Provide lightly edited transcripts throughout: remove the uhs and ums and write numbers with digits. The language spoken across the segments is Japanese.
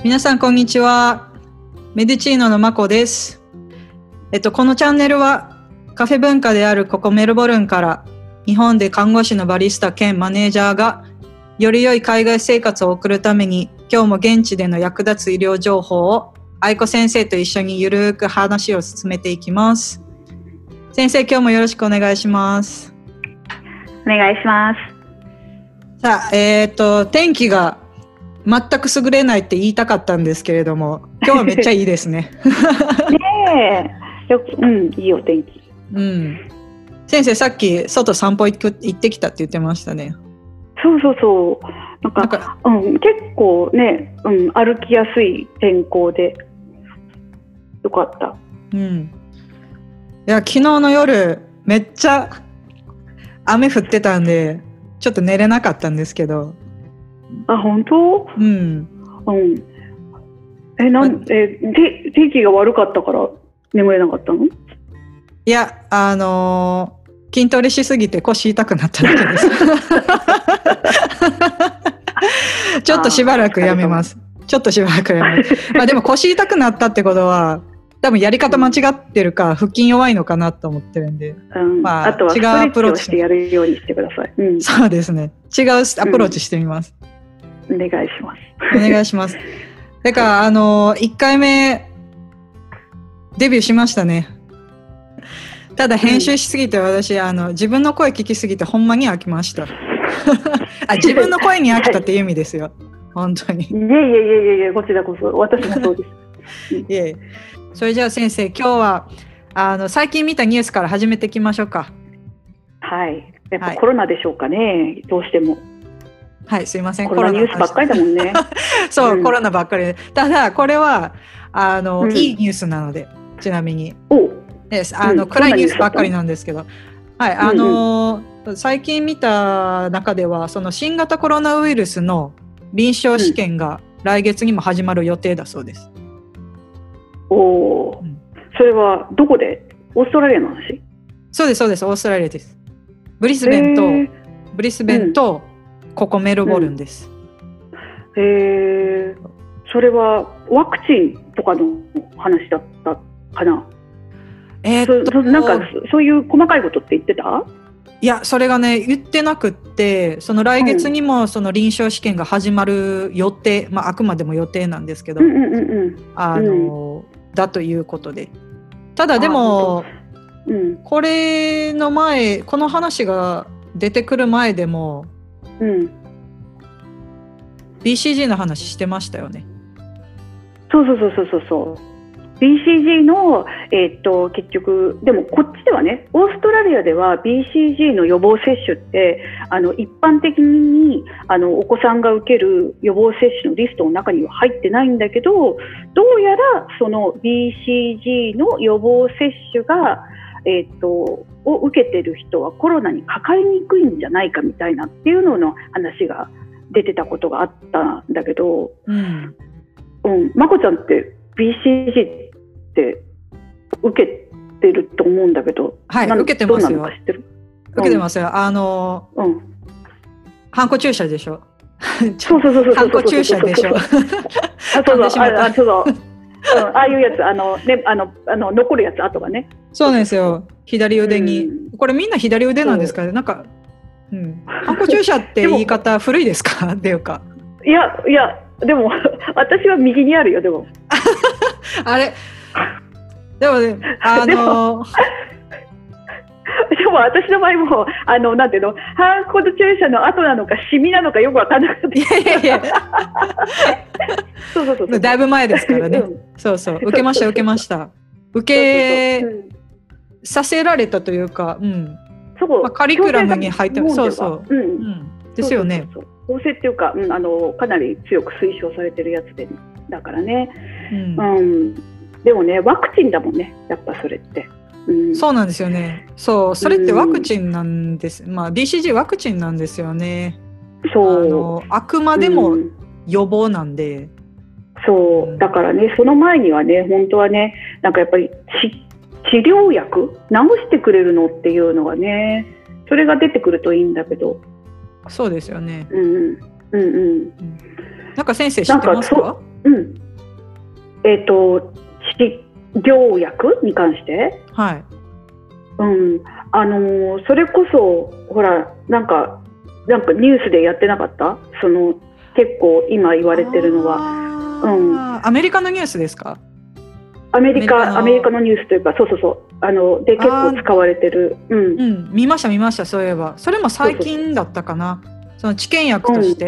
皆さんこんにちは。メディチーノのまこです。このチャンネルはカフェ文化であるここメルボルンから日本で看護師のバリスタ兼マネージャーがより良い海外生活を送るために今日も現地での役立つ医療情報を愛子先生と一緒にゆるく話を進めていきます。先生、今日もよろしくお願いします。 お願いします。 さあ、天気が全く優れないって言いたかったんですけれども、今日はめっちゃいいですね。 ねえ、いいお天気。 先生、さっき外散歩行ってきたって言ってましたね。 そう。なんか結構ね、歩きやすい天候でよかった。 いや、昨日の夜めっちゃ雨降ってたんで、ちょっと寝れなかったんですけど。 あ、本当？天気が悪かったから眠れなかったの？ いや、筋トレしすぎて腰痛くなっただけです。ちょっとしばらくやめます。まあでも腰痛くなったってことは、多分やり方間違ってるか、腹筋弱いのかなと思ってるんで。 あとはストレッチをしてやるようにしてください。 そうですね。違うアプローチしてみます。 お願いします。 お願いします。だから1回目デビューしましたね。ただ編集しすぎて私、自分の声聞きすぎてほんまに飽きました。自分の声に飽きたっていう意味ですよ。本当に。 いや、こちらこそ私もそうです。 それじゃあ先生、今日は最近見たニュースから始めていきましょうか。 はい。やっぱコロナでしょうかね。どうしても。 はい、すいません。 コロナニュースばっかりだもんね。 そう、コロナばっかりで。ただこれはいいニュースなので、ちなみに。です。暗いニュースばっかりなんですけど。はい、最近見た中では、その新型コロナウイルスの臨床試験が来月にも始まる予定だそうです。 それはどこで？オーストラリアの話？ そうです、オーストラリアです。ブリスベンとここメルボルンです。 それはワクチンとかの話だったかな？なんかそういう細かいことって言ってた？ いや、それがね言ってなくって、その来月にもその臨床試験が始まる予定、あくまでも予定なんですけど、だということで、ただでもこれの前、この話が出てくる前でも、BCG の話してましたよね。 そう。BCG の、結局でもこっちではね、オーストラリアでは BCG の予防接種って一般的にお子さんが受ける予防接種のリストの中には入ってないんだけど、どうやらその BCG の予防接種が、を受けてる人はコロナにかかりにくいんじゃないかみたいなっていうの話が出てたことがあったんだけど、まこちゃんって BCG って受けてると思うんだけど、 はい、受けてますよ。 どうなのか知ってる？ 受けてますよ。ハンコ注射でしょ。 そう。 ハンコ注射でしょ。 ああいうやつ、残るやつ、後がね。 そうなんですよ。左腕に。これみんな左腕なんですかね。なんか、ハンコ注射って言い方古いですかっていうか。 いや、でも私は右にあるよ、でも。 あれでもね、でも私の場合もなんていうの、ハンコ注射の後なのかシミなのかよく分からなかった。 いやそうだいぶ前ですからね。そう受けました受けさせられたというか、カリキュラムに入ってそうですよね。 強制っていうか、かなり強く推奨されてるやつでだからね。でもね、ワクチンだもんね、やっぱそれって。 そうなんですよね。それってワクチンなんです。BCG ワクチンなんですよね。あくまでも予防なんで。 だからね、その前にはね、本当はね、なんかやっぱり治療薬治してくれるのっていうのがね、それが出てくるといいんだけど。 そうですよね。なんか先生知ってますか？ うん治療薬に関して、 はい、 それこそほらなんかニュースでやってなかった？結構今言われてるのは、 アメリカのニュースですか？ アメリカのニュースというか、そうで結構使われてる、 見ましたそういえば。それも最近だったかな。その治験薬として、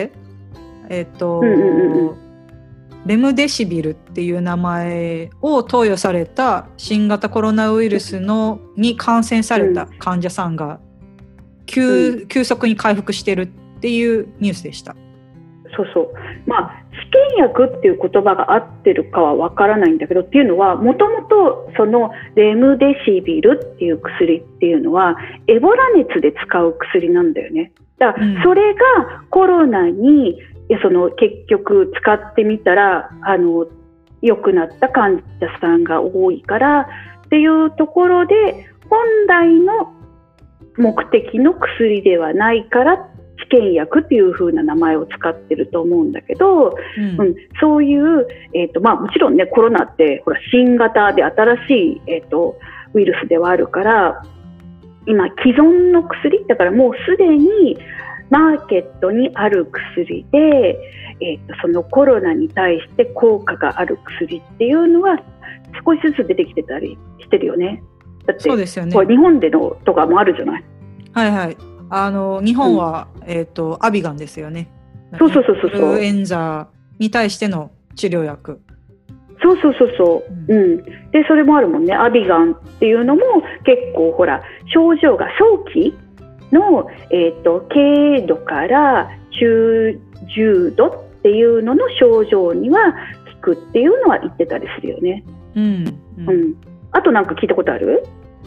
レムデシビルっていう名前を投与された新型コロナウイルスに感染された患者さんが急速に回復してるっていうニュースでした。 まあ治験薬っていう言葉が合ってるかはわからないんだけど、っていうのはもともとそのレムデシビルっていう薬っていうのはエボラ熱で使う薬なんだよね。だからそれがコロナに結局使ってみたら良くなった患者さんが多いからっていうところで、本来の目的の薬ではないから治験薬っていう風な名前を使ってると思うんだけど、そういう、もちろんねコロナってほら新型で新しい、ウイルスではあるから、今既存の薬だからもうすでにマーケットにある薬で、そのコロナに対して効果がある薬っていうのは少しずつ出てきてたりしてるよね。だってそうですよね、これ日本でのとかもあるじゃない。 はいはい。日本は、アビガンですよね。 そうインフルエンザに対しての治療薬。でそれもあるもんね。アビガンっていうのも結構ほら症状が早期の、軽度から中重度っていうのの症状には効くっていうのは言ってたりするよね。あとなんか聞いたことある？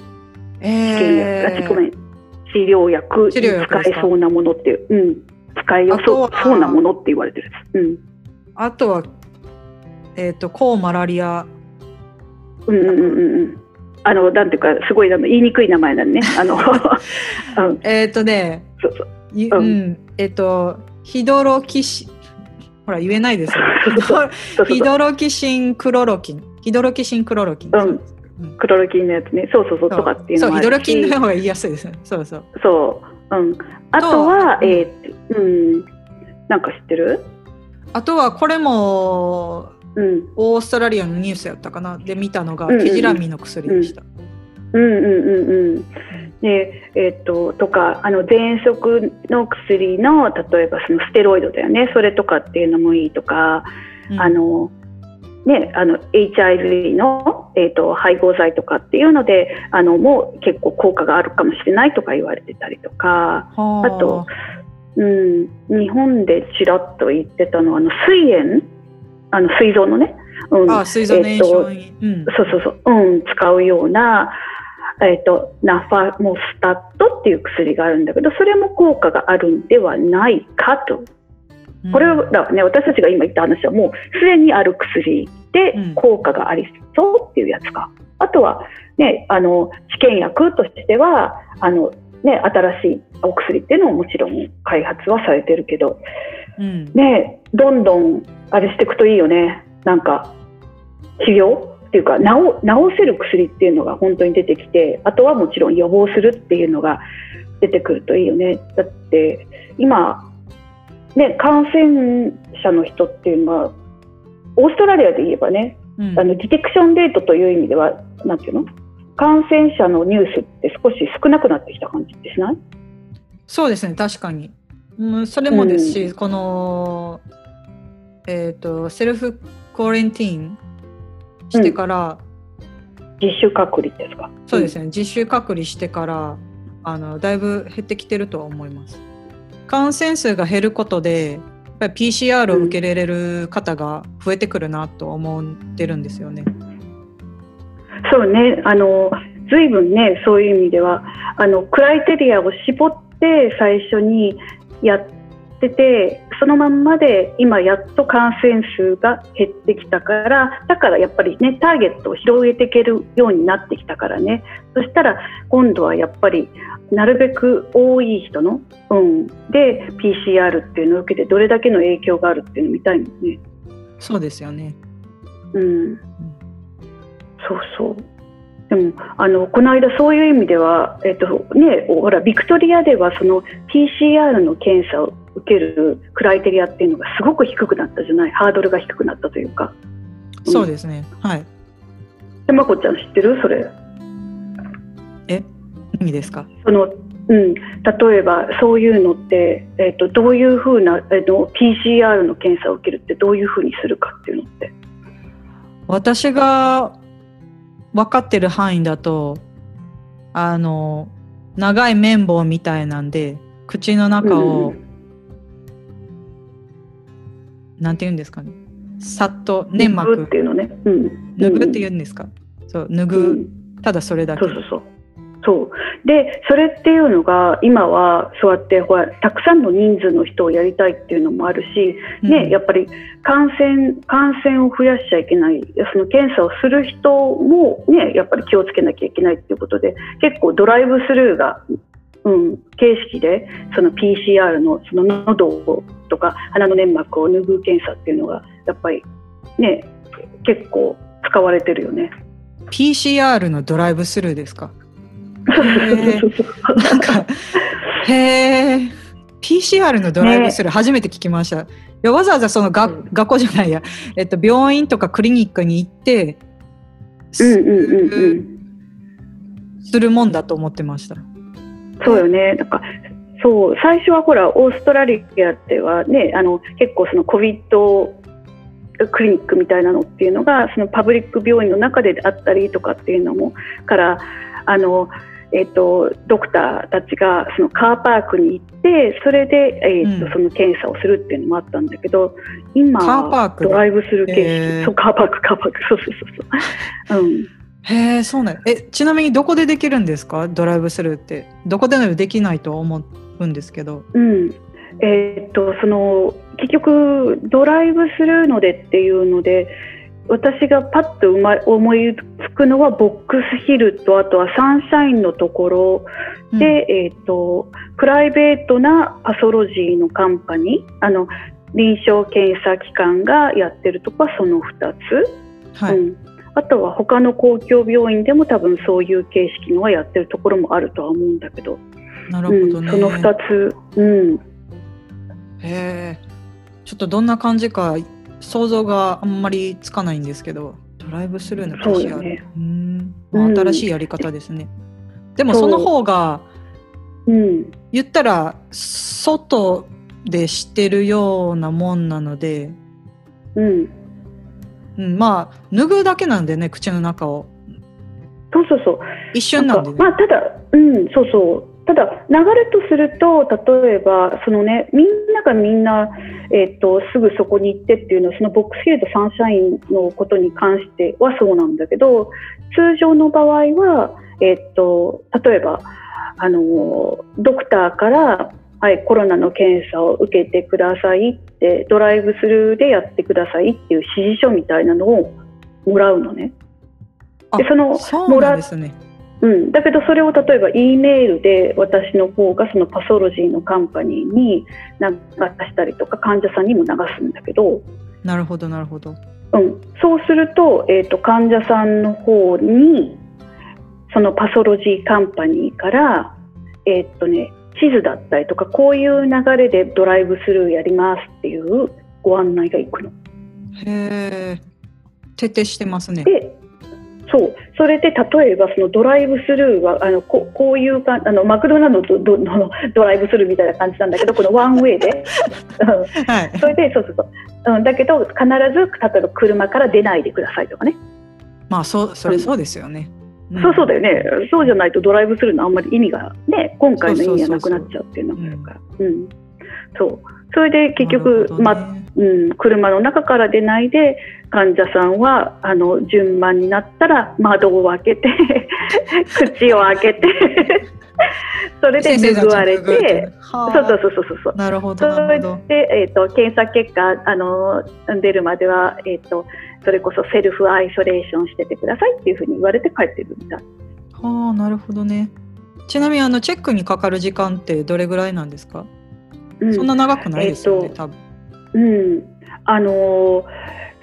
治療薬に使えそうなものっていう、使えよそうなものって言われてる。あとは抗マラリア。 なんていうかすごい言いにくい名前だね。 ヒドロキシン、ほら言えないですよ。ヒドロキシンクロロキン。クロロキンのやつね。とかっていうのもあるし。 ヒドロキンの方が言いやすいですね。 あとはなんか知ってる？ あとはこれもオーストラリアのニュースやったかなで見たのがキジラミの薬でした。 とか喘息の薬の例えばそのステロイドだよね。それとかっていうのもいいとか、HIV の、配合剤とかっていうのでもう結構効果があるかもしれないとか言われてたりとか、あと、日本でちらっと言ってたのは膵炎、膵臓のね、 膵臓の炎症に、 使うような、ナファモスタットっていう薬があるんだけど、それも効果があるんではないかと。これはね、私たちが今言った話はもうすでにある薬で効果がありそうっていうやつか。あとは、ね、治験薬としては新しいお薬っていうのももちろん開発はされてるけど、どんどんあれしていくといいよね。なんか治療っていうか治せる薬っていうのが本当に出てきて、あとはもちろん予防するっていうのが出てくるといいよね。だって今感染者の人っていうのはオーストラリアで言えばね、ディテクションレートという意味ではなんていうの、感染者のニュースって少し少なくなってきた感じってしない？ そうですね、確かに、それもですし、この、セルフクオレンティーンしてから、 自主隔離ですか？ そうですね、自主隔離してからだいぶ減ってきてるとは思います。感染数が減ることでやっぱり PCR を受け入れる方が増えてくるなと思ってるんですよね。 そうね、随分ね、そういう意味ではクライテリアを絞って最初にやってて、そのまんまで今やっと感染数が減ってきたから、だからやっぱりねターゲットを広げていけるようになってきたからね。そしたら今度はやっぱりなるべく多い人の、で PCR っていうのを受けてどれだけの影響があるっていうのを見たいんですね。 そうですよね。 うん、そうそう。でもこの間そういう意味では、ほらビクトリアではその PCR の検査を受けるクライテリアっていうのがすごく低くなったじゃない。ハードルが低くなったというか。 そうですね。はい。 で、まこちゃん知ってるそれ？ 何ですか？ 例えばそういうのって、どういうふうな、PCR の検査を受けるってどういうふうにするかっていうのって。 私が分かってる範囲だと長い綿棒みたいなんで口の中を、なんて言うんですかね、さっと粘膜拭くっていうのね、 拭くって言うんですか？そう、拭く、ただそれだけ。 そうで、それっていうのが今はそうやってほらたくさんの人数の人をやりたいっていうのもあるし、やっぱり感染を増やしちゃいけない、その検査をする人も、やっぱり気をつけなきゃいけないっていうことで、結構ドライブスルーが、形式でその PCR のその喉とか鼻の粘膜を拭う検査っていうのがやっぱり結構使われてるよね。 PCR のドライブスルーですか？なんかPCR のドライブスルー初めて聞きました。いや、わざわざその学校じゃないや、病院とかクリニックに行ってするもんだと思ってました。 そうよね。なんかそう、最初はほらオーストラリアではね、結構その COVID クリニックみたいなのっていうのがそのパブリック病院の中であったりとかっていうのもからドクターたちがそのカーパークに行ってそれで、その検査をするっていうのもあったんだけど、今はドライブスルー形式、そうカーパークそう、 へえ、そうなん。ちなみにどこでできるんですか？ドライブスルーってどこでもできないと思うんですけど。 その結局ドライブスルーのでっていうので、私がパッと思いつくのはボックスヒルと、あとはサンシャインのところで、プライベートなパソロジーのカンパニー、臨床検査機関がやってるとこはその2つ、あとは他の公共病院でも多分そういう形式のはやってるところもあるとは思うんだけど。 なるほどね。 その2つ、 へえ、ちょっとどんな感じか想像があんまりつかないんですけど、ドライブスルーの PCR、新しいやり方ですね。でもその方が、言ったら外でしてるようなもんなので、まあ拭うだけなんでね、口の中を。 そう一瞬なんでね。 ただ、ただ流れとすると、例えばそのね、みんな、すぐそこに行ってっていうのはそのボックスヒルとサンシャインのことに関してはそうなんだけど、通常の場合は、例えばドクターからコロナの検査を受けてくださいって、ドライブスルーでやってくださいっていう指示書みたいなのをもらうのね。でそうなんですね。 だけどそれを例えば E メールで私の方がそのパソロジーのカンパニーに流したりとか、患者さんにも流すんだけど。 なるほどなるほど。 そうすると、患者さんの方にそのパソロジーカンパニーから地図だったりとか、こういう流れでドライブスルーやりますっていうご案内がいくの。 へー、徹底してますね。 でそれで例えばそのドライブスルーはこういうマクドナルドのドライブスルーみたいな感じなんだけど、このワンウェイでそれでだけど必ず例えば車から出ないでくださいとかね。 まあそれそうですよね。 そうだよね。そうじゃないとドライブスルーのあんまり意味がね、今回の意味がなくなっちゃうっていうのがあるから。それで結局、車の中から出ないで、患者さんは順番になったら窓を開けて口を開けてそれで拭われて、そうなるほど。 それで、検査結果出るまでは、それこそセルフアイソレーションしててくださいっていうふうに言われて帰ってるみたい。 はあ、なるほどね。ちなみにチェックにかかる時間ってどれぐらいなんですか？そんな長くないですよね、多分。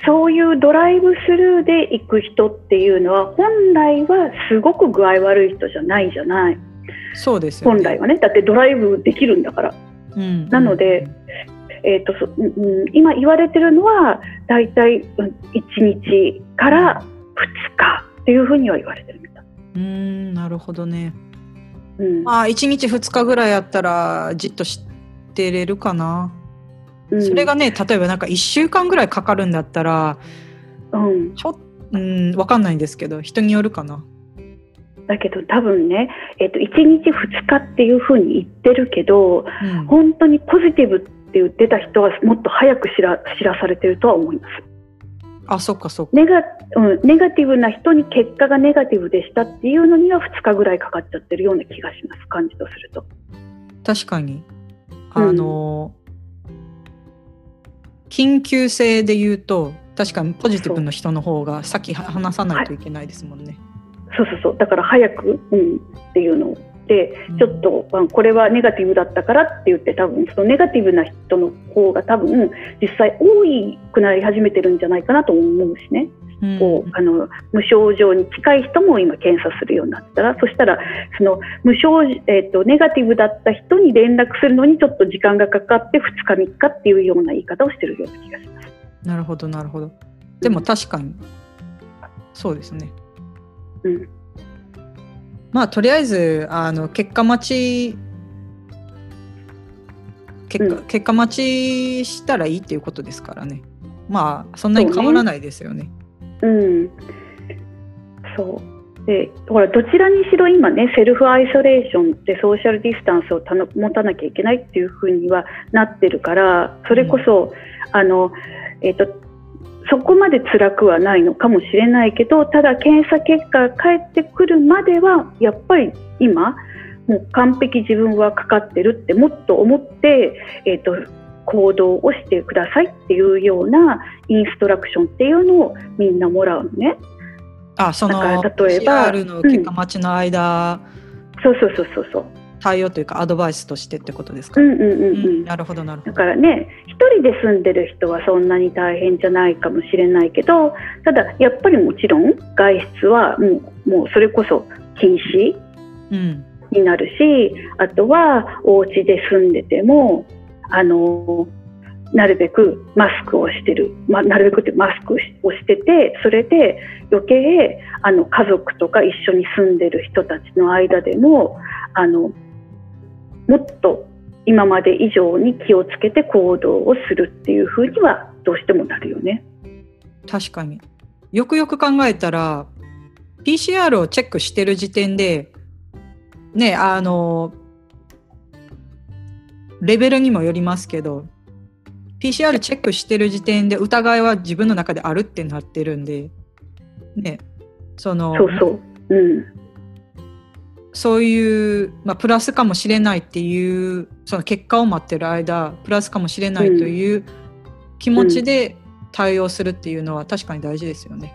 そういうドライブスルーで行く人っていうのは本来はすごく具合悪い人じゃないじゃない。 そうですよね。 本来はね、だってドライブできるんだから、なので、今言われてるのはだいたい1日から2日っていうふうには言われてるみたい。 なるほどね。まあ1日2日ぐらいやったらじっとしてれるかな。それがね、例えばなんか1週間ぐらいかかるんだったら、ちょっと分かんないんですけど、人によるかな。 だけど多分ね、1日2日っていうふうに言ってるけど、本当にポジティブって言ってた人はもっと早く知らされてるとは思います。 あ、そっかそっか。 ネガティブな人に結果がネガティブでしたっていうのには2日ぐらいかかっちゃってるような気がします、感じとすると。 確かに緊急性で言うと確かにポジティブの人の方が先話さないといけないですもんね。 そうだから早く、っていうので、ちょっとこれはネガティブだったからって言って多分そのネガティブな人の方が多分実際多くなり始めてるんじゃないかなと思うしね。無症状に近い人も今検査するようになったら、そしたらそのネガティブだった人に連絡するのにちょっと時間がかかって2日3日っていうような言い方をしてるような気がします。なるほどなるほど。でも確かに、そうですね。まあとりあえず結果待ちしたらいいっていうことですからね。まあそんなに変わらないですよね。 そうで、ほらどちらにしろ今ね、セルフアイソレーションでソーシャルディスタンスを持たなきゃいけないっていうふうにはなってるから、それこそ、そこまで辛くはないのかもしれないけど、ただ検査結果が返ってくるまではやっぱり今もう完璧自分はかかってるってもっと思って、行動をしてくださいっていうようなインストラクションっていうのをみんなもらうのね。 その例えば PCR の結果待ちの間、そう対応というかアドバイスとしてってことですか。なるほどなるほど。 だからね、一人で住んでる人はそんなに大変じゃないかもしれないけど、ただやっぱりもちろん外出はもうそれこそ禁止になるし、あとはお家で住んでてもなるべくマスクをしてる、なるべくってマスクをしてて、それで余計家族とか一緒に住んでる人たちの間でももっと今まで以上に気をつけて行動をするっていう風にはどうしてもなるよね。 確かによくよく考えたら PCR をチェックしてる時点でね、レベルにもよりますけど PCR チェックしてる時点で疑いは自分の中であるってなってるんでね、そういう、プラスかもしれないっていうその結果を待ってる間プラスかもしれないという気持ちで対応するっていうのは確かに大事ですよね。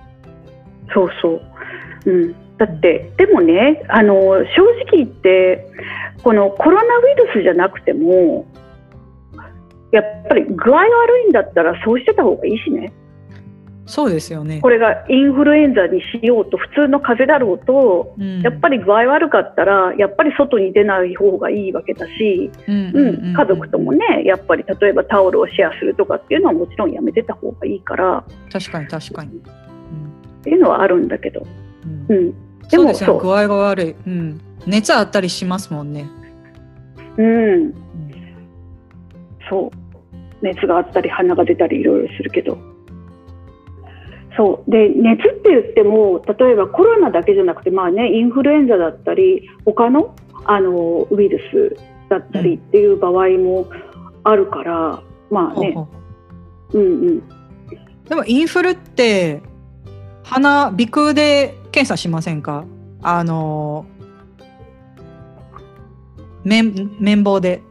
だってでもね、正直言ってこのコロナウイルスじゃなくてもやっぱり具合悪いんだったらそうしてた方がいいしね。 そうですよね。 これがインフルエンザにしようと普通の風邪だろうと、やっぱり具合悪かったらやっぱり外に出ない方がいいわけだし、家族ともねやっぱり例えばタオルをシェアするとかっていうのはもちろんやめてた方がいいから。 確かに、 っていうのはあるんだけど、 でもそう具合が悪い、熱あったりしますもんね。 そう熱があったり鼻が出たりいろいろするけど、そうで熱って言っても例えばコロナだけじゃなくて、インフルエンザだったり他の、ウイルスだったりっていう場合もあるから、 でもインフルって鼻腔で検査しませんか？綿棒で。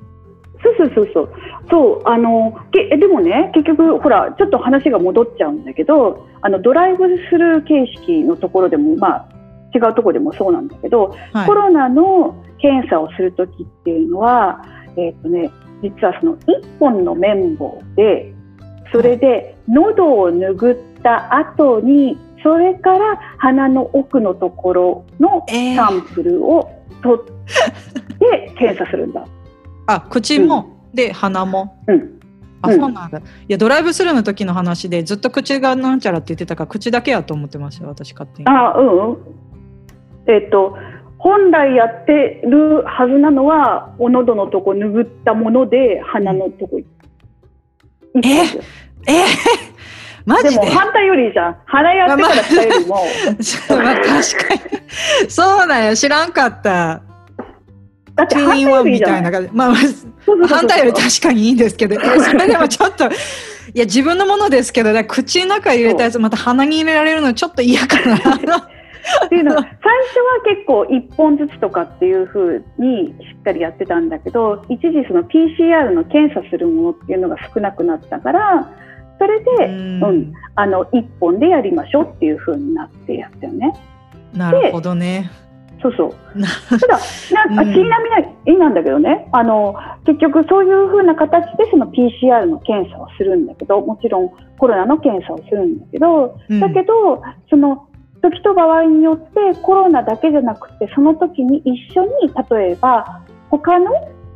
でもね結局ほらちょっと話が戻っちゃうんだけど、ドライブスルー形式のところでも違うところでもそうなんだけど、コロナの検査をするときっていうのは、実はその1本の綿棒でそれで喉を拭っった後に、それから鼻の奥のところのサンプルを取って検査するんだ。 あ、口も、で鼻も。あ、そうなんだ。いや、ドライブスルーの時の話でずっと口がなんちゃらって言ってたから、口だけやと思ってましたよ、私勝手に。 本来やってるはずなのは、お喉のとこ拭ったもので鼻のとこ行ってる。マジで？でも反対よりじゃん。鼻やってからしたよりも。 まあ、確かに。そうだよ、知らんかった。 だって反対よりじゃん。 まあ、反対より確かにいいんですけど、それでもちょっと、いや、自分のものですけど、口の中に入れたやつまた鼻に入れられるのちょっと嫌かな。 っていうのは、最初は結構1本ずつとかっていう風にしっかりやってたんだけど、一時その PCR の検査するものっていうのが少なくなったから、それで、1本でやりましょうっていう風になってやったよね。 なるほどね。 そうそう。ただちなみになんだけどね、結局そういう風な形でその PCR の検査をするんだけど、もちろんコロナの検査をするんだけど、その時と場合によってコロナだけじゃなくて、その時に一緒に例えば他の、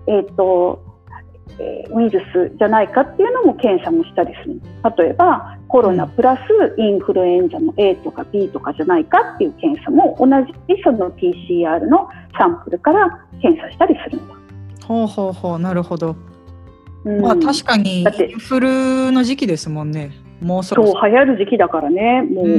ウイルスじゃないかっていうのも検査もしたりする。例えばコロナプラスインフルエンザの A とか B とかじゃないかっていう検査も同じその PCR のサンプルから検査したりするんだ。 ほうほうほう、なるほど。まあ確かにインフルの時期ですもんね。もうそろそろ。 そう、流行る時期だからね。もう、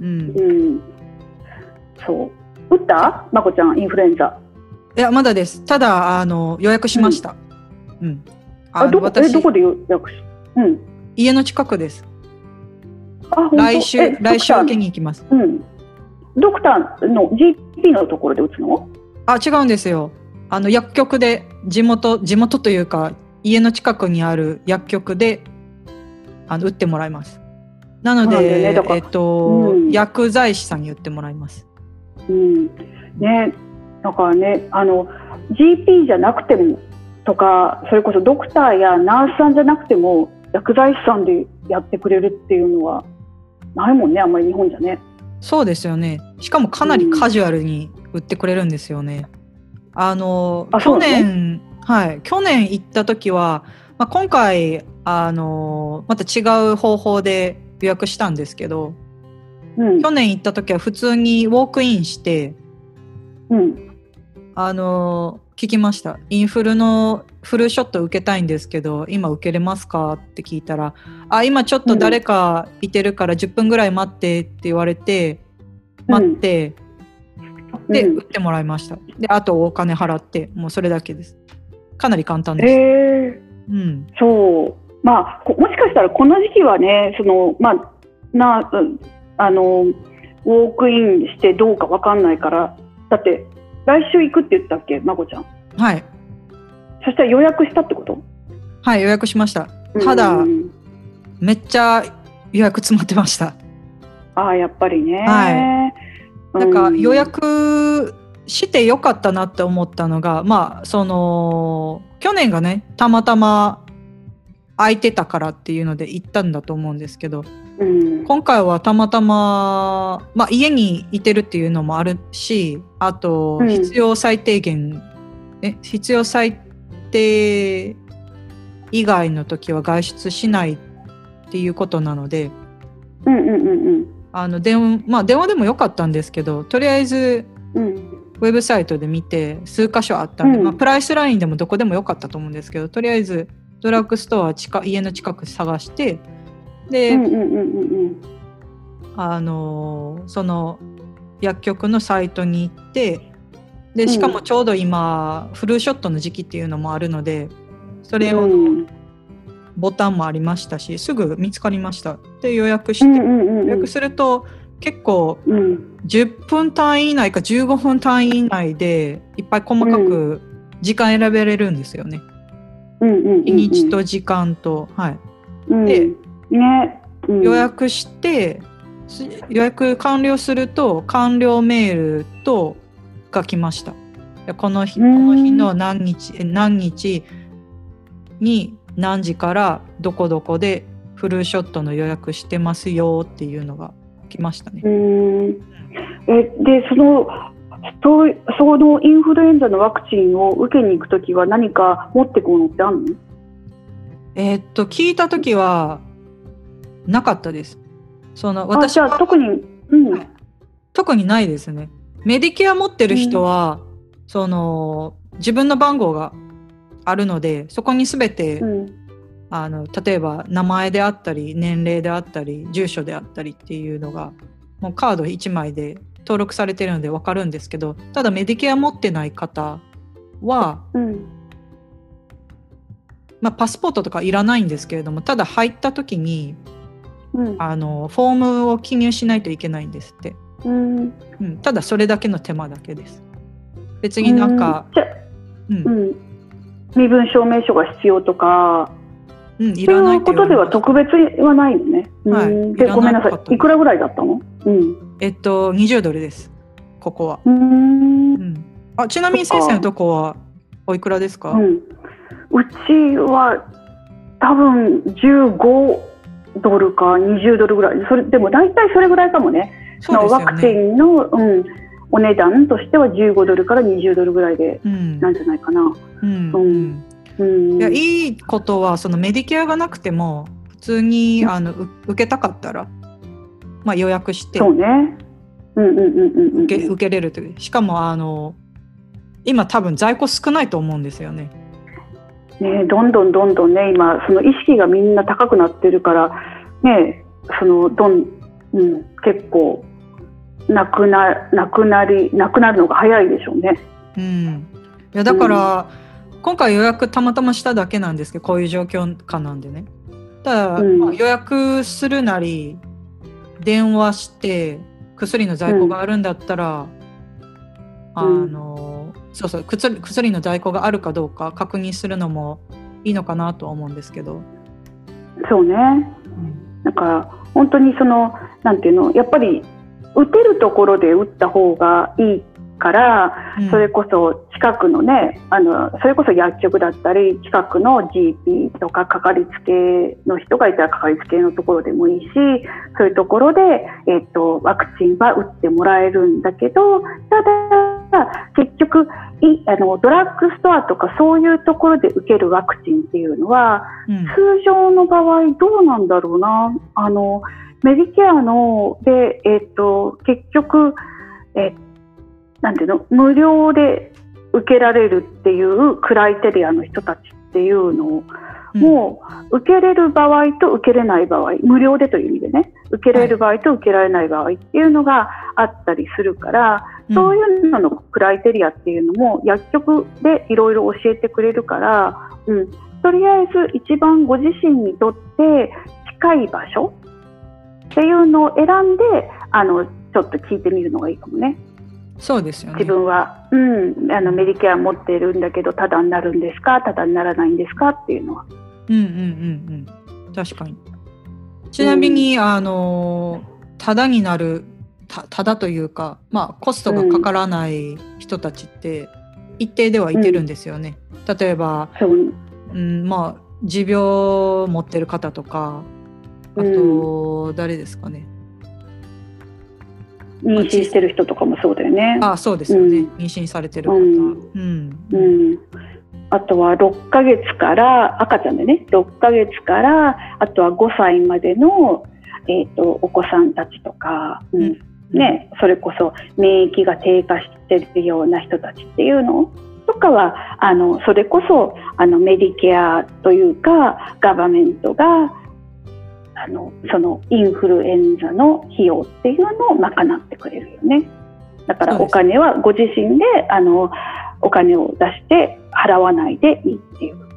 そう。打った？まこちゃん、インフルエンザ。 いや、まだです。ただ予約しました。 どこで予約し？ 家の近くです。来週受けに行きます。 ドクターの GP のところで打つの？ 違うんですよ。薬局で地元というか家の近くにある薬局で打ってもらいます。なので、薬剤師さんに打ってもらいます。 ね、だからね、GP じゃなくてもとか、それこそドクターやナースさんじゃなくても薬剤師さんでやってくれるっていうのはないもんね、あんまり日本じゃね。 そうですよね。しかもかなりカジュアルに売ってくれるんですよね。去年行った時は、今回また違う方法で予約したんですけど、去年行った時は普通にウォークインして、聞きました。インフルのフルショット受けたいんですけど、今受けれますかって聞いたら、今ちょっと誰かいてるから10分ぐらい待ってって言われて、待って、で打ってもらいました。で、あとお金払って、もうそれだけです。かなり簡単です。 そう。もしかしたらこの時期はね、ウォークインしてどうかわかんないから、だって来週行くって言ったっけ、まこちゃん。 はい。 そしたら予約したってこと？ はい、予約しました。ただ、めっちゃ予約詰まってました。 やっぱりね。 はい。なんか予約してよかったなって思ったのが、去年がね、たまたま空いてたからっていうので行ったんだと思うんですけど、今回はたまたま、家にいてるっていうのもあるし、あと必要最低以外の時は外出しないっていうことなので、電話でもよかったんですけど、とりあえずウェブサイトで見て数箇所あったんで、プライスラインでもどこでもよかったと思うんですけど、とりあえずドラッグストア家の近く探して、で、その薬局のサイトに行って、でしかもちょうど今フルショットの時期っていうのもあるので、それをボタンもありましたし、すぐ見つかりました。で予約して、予約すると結構10分単位以内か15分単位以内でいっぱい細かく時間選べれるんですよね。日にちと時間と、で、予約して予約完了すると完了メールとが来ました。この日の何日に何時からどこどこでフルショットの予約してますよっていうのが来ましたね。 でそのインフルエンザのワクチンを受けに行くときは何か持ってくものってあるの？ 聞いたときはなかったです。 じゃあ特に、 特にないですね。メディケア持ってる人は、自分の番号があるので、そこにすべて、例えば名前であったり年齢であったり住所であったりっていうのがもうカード1枚で登録されてるので分かるんですけど、ただメディケア持ってない方は、パスポートとかいらないんですけれども、ただ入った時に、フォームを記入しないといけないんですって。ただそれだけの手間だけです。別になんか、 身分証明書が必要とか、 いらないということでは特別はないのね。でごめんなさい、いくらぐらいだったの ？20ドルです、ここは。ちなみに先生のとこはおいくらですか？ うちは多分15ドルか20ドルぐらい。でも大体それぐらいかもね。ワクチンの、お値段としては15ドルから20ドルぐらいでなんじゃないかな。 いや、いいことはそのメディケアがなくても普通に受けたかったら、予約して受けれるという。しかも今多分在庫少ないと思うんですよね。 どんどんね、今その意識がみんな高くなってるからね、結構なくなるのが早いでしょうね。 いやだから、今回予約たまたましただけなんですけど、こういう状況下なんでね。ただ、予約するなり電話して薬の在庫があるんだったら、薬の在庫があるかどうか確認するのもいいのかなとは思うんですけど。 そうね、だから本当になんていうの、やっぱり打てるところで打った方がいいから、それこそ近くのね、それこそ薬局だったり近くの GP とかかかりつけの人がいたらかかりつけのところでもいいし、そういうところで、ワクチンは打ってもらえるんだけど、ただ結局ドラッグストアとかそういうところで受けるワクチンっていうのは、通常の場合どうなんだろうな、メディケアので、結局、なんていうの、無料で受けられるっていうクライテリアの人たちっていうのを、もう受けれる場合と受けれない場合、無料でという意味でね、受けれる場合と受けられない場合っていうのがあったりするから、そういうののクライテリアっていうのも薬局でいろいろ教えてくれるから、とりあえず一番ご自身にとって近い場所っていうのを選んでちょっと聞いてみるのがいいかもね。 そうですよね。 自分は、メディケア持っているんだけどタダになるんですか、タダにならないんですかっていうのは。 確かに。ちなみに、タダになるタダというか、コストがかからない人たちって一定ではいてるんですよね。例えば、持病を持ってる方とか、あと、誰ですかね、 妊娠してる人とかもそうだよね。 そうですよね、妊娠されてる方、 あとは6ヶ月から赤ちゃんでね、6ヶ月からあとは5歳までの、お子さんたちとか、それこそ免疫が低下しているような人たちっていうのとかはそれこそメディケアというかガバメントがそのインフルエンザの費用っていうのを賄ってくれるよね。だからお金はご自身でお金を出して払わないでいいっていう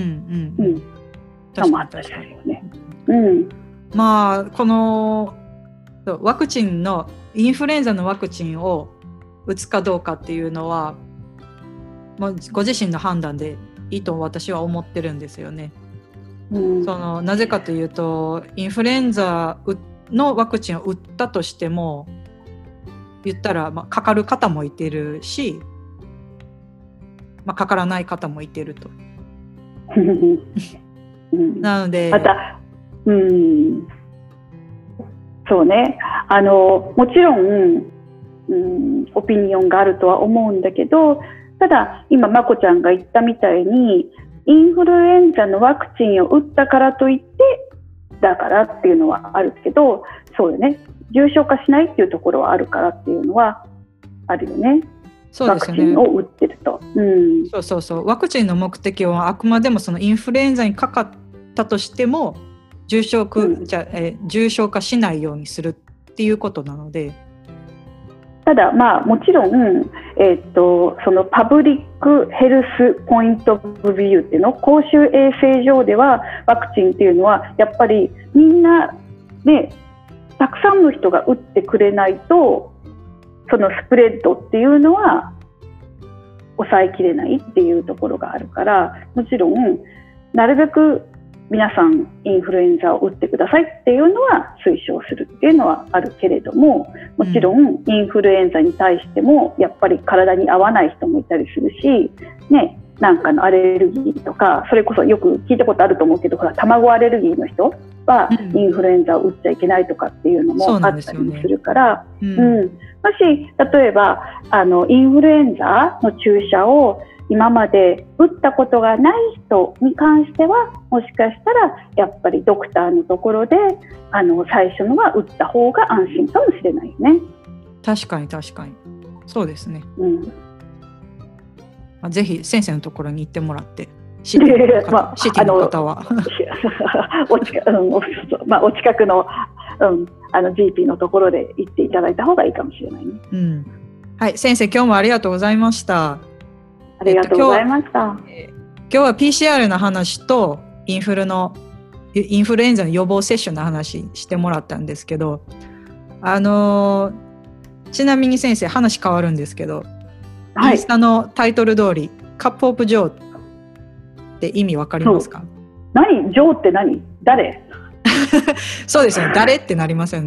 のもあったりするよね。 このワクチンのインフルエンザのワクチンを打つかどうかっていうのは、ご自身の判断でいいと私は思ってるんですよね。なぜかというと、インフルエンザのワクチンを打ったとしても言ったら、かかる方もいてるし、かからない方もいてるとなので、 またそうね。もちろん、オピニオンがあるとは思うんだけど、ただ今まこちゃんが言ったみたいに、インフルエンザのワクチンを打ったからといってだからっていうのはあるけど、そうよね。重症化しないっていうところはあるからっていうのはあるよね。 そうですよね。 ワクチンを打ってると、 そうワクチンの目的はあくまでもそのインフルエンザにかかったとしても重症化しないようにするっていうことなので、 ただもちろん、そのパブリックヘルスポイントオブビューっていうの、公衆衛生上ではワクチンっていうのはやっぱりみんなね、たくさんの人が打ってくれないとそのスプレッドっていうのは抑えきれないっていうところがあるから、もちろんなるべく皆さんインフルエンザを打ってくださいっていうのは推奨するっていうのはあるけれども、もちろんインフルエンザに対してもやっぱり体に合わない人もいたりするし、ね、なんかのアレルギーとか、それこそよく聞いたことあると思うけど、ほら卵アレルギーの人はインフルエンザを打っちゃいけないとかっていうのもあったりもするから、もし例えばインフルエンザの注射を今まで打ったことがない人に関しては、もしかしたらやっぱりドクターのところで最初のは打った方が安心かもしれないよね。 確かにそうですね。ぜひ先生のところに行ってもらって知ってる方はお近くの、GP のところで行っていただいた方がいいかもしれないね。 はい、先生今日もありがとうございました。 ありがとうございました。 今日は PCR の話とインフルエンザの予防接種の話してもらったんですけど、ちなみに先生話変わるんですけど、インスタのタイトル通りカップオブジョーって意味わかりますか？ 何？ジョーって何？誰？ そうですね、誰ってなりませんね。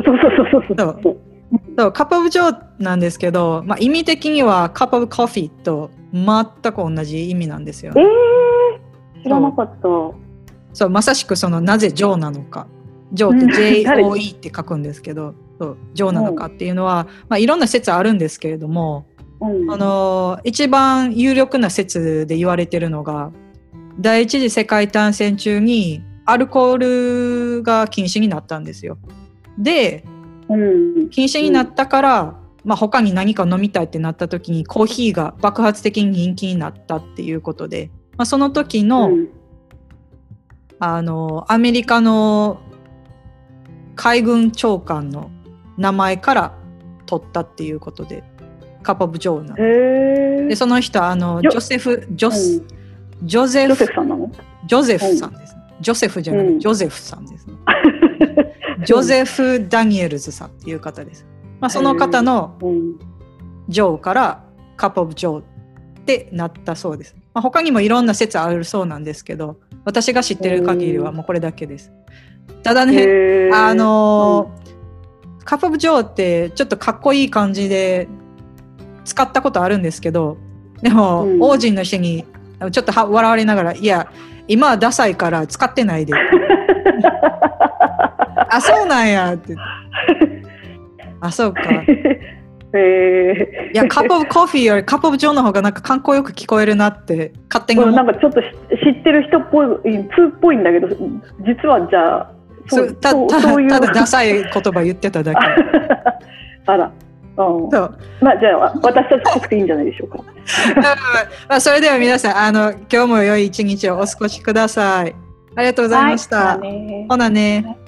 そうカップオブジョーなんですけど、意味的にはカップオブコーヒーと全く同じ意味なんですよね。 知らなかった。 そうまさしくそのなぜジョーなのか、ジョーって JOE って書くんですけど、ジョーなのかっていうのは、いろんな説あるんですけれども、一番有力な説で言われているのが、第一次世界大戦中にアルコールが禁止になったんですよ。で、禁止になったから、他に何か飲みたいってなった時にコーヒーが爆発的に人気になったっていうことで、その時の、アメリカの海軍長官の名前から取ったっていうことでカップオブジョーなんで、その人ジョセフさんなの？ジョゼフさんですね。ジョセフじゃなくてジョゼフさんですね。ジョゼフ・ダニエルズさんっていう方です。その方のジョーからカップオブジョーってなったそうです。他にもいろんな説あるそうなんですけど、私が知ってる限りはもうこれだけです。ただね、カップオブジョーってちょっとかっこいい感じで使ったことあるんですけど、でも、王子の人にちょっと笑われながら、いや今はダサいから使ってないであ、そうなんやってあ、そうかいやカップオブコーヒーよりカップオブジョーの方がなんかかっこよく聞こえるなって勝手に思って、 なんかちょっと知ってる人っぽい、通っぽいんだけど、実はじゃあそういうただダサい言葉言ってただけあら、じゃあ私たちっぽくていいんじゃないでしょうかそれでは皆さん今日も良い一日をお過ごしください。ありがとうございました。ほなね。